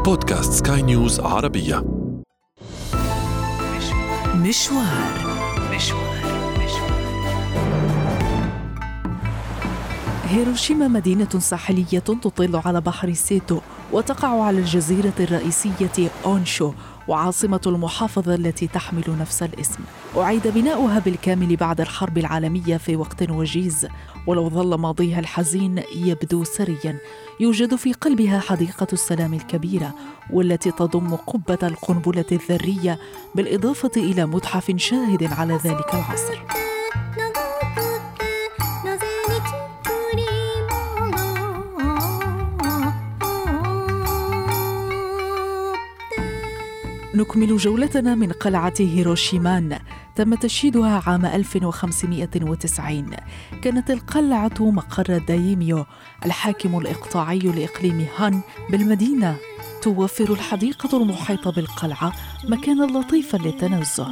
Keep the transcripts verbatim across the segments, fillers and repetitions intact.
بودكاست سكاي نيوز عربية. مشوار مشوار هيروشيما مدينة ساحلية تطل على بحر سيتو، وتقع على الجزيرة الرئيسية أونشو، وعاصمة المحافظة التي تحمل نفس الاسم. أعيد بناؤها بالكامل بعد الحرب العالمية في وقت وجيز، ولو ظل ماضيها الحزين يبدو سرياً. يوجد في قلبها حديقة السلام الكبيرة، والتي تضم قبة القنبلة الذرية، بالإضافة إلى متحف شاهد على ذلك العصر. نكمل جولتنا من قلعة هيروشيمان. تم تشييدها عام ألف وخمسمائة وتسعين. كانت القلعة مقر دايميو، الحاكم الإقطاعي لإقليم هان بالمدينة. توفر الحديقة المحيطة بالقلعة مكانا لطيفا للتنزه.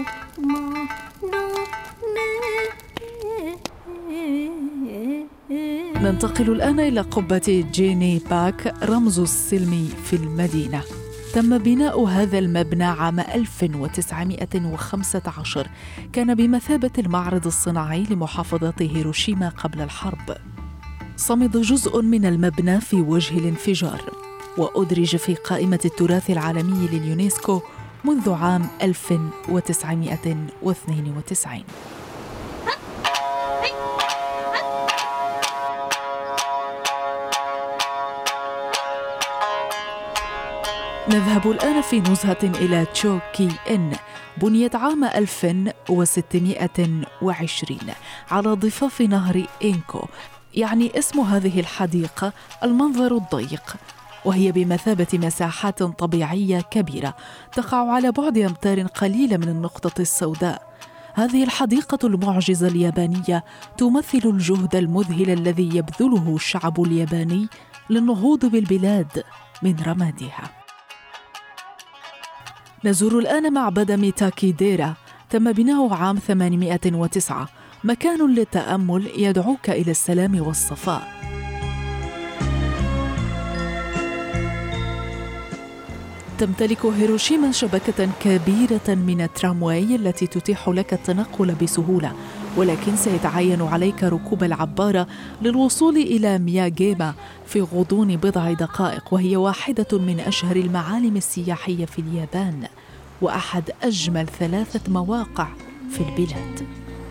ننتقل الآن إلى قبة جيني باك، رمز السلم في المدينة. تم بناء هذا المبنى عام ألف وتسعمائة وخمسة عشر. كان بمثابة المعرض الصناعي لمحافظة هيروشيما قبل الحرب. صمد جزء من المبنى في وجه الانفجار، وأدرج في قائمة التراث العالمي لليونسكو منذ عام ألف وتسعمائة واثنين وتسعين. نذهب الآن في نزهة إلى تشو كي إن. بنيت عام ألف وستمائة وعشرين على ضفاف نهر إنكو. يعني اسم هذه الحديقة المنظر الضيق، وهي بمثابة مساحات طبيعية كبيرة تقع على بعد أمتار قليلة من النقطة السوداء. هذه الحديقة المعجزة اليابانية تمثل الجهد المذهل الذي يبذله الشعب الياباني للنهوض بالبلاد من رمادها. نزور الآن معبد ميتاكي-ديرا. تم بناؤه عام ثمانمائة وتسعة. مكان للتأمل يدعوك إلى السلام والصفاء. تمتلك هيروشيما شبكة كبيرة من الترامواي التي تتيح لك التنقل بسهولة، ولكن سيتعين عليك ركوب العبارة للوصول إلى مياجيما في غضون بضع دقائق، وهي واحدة من أشهر المعالم السياحية في اليابان، وأحد أجمل ثلاثة مواقع في البلاد.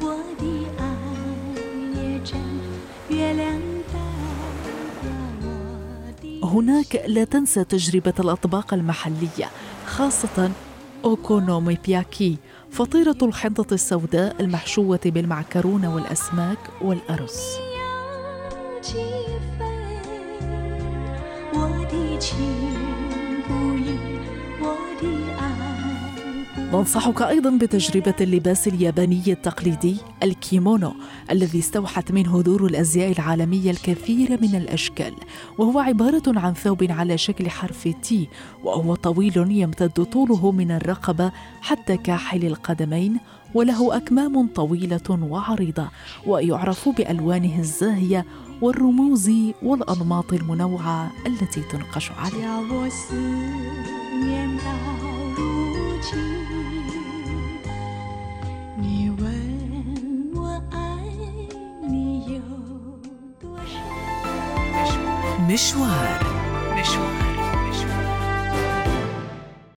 هناك لا تنسى تجربة الأطباق المحلية، خاصة أوكونوميبياكي، فطيرة الحنطة السوداء المحشوة بالمعكرونة والأسماك والأرز. ننصحك أيضاً بتجربة اللباس الياباني التقليدي الكيمونو، الذي استوحت منه دور الأزياء العالمية الكثير من الأشكال، وهو عبارة عن ثوب على شكل حرف تي، وهو طويل يمتد طوله من الرقبة حتى كاحل القدمين، وله أكمام طويلة وعريضة، ويعرف بألوانه الزاهية والرموز والأنماط المنوعة التي تنقش عليه. مشوار مشوار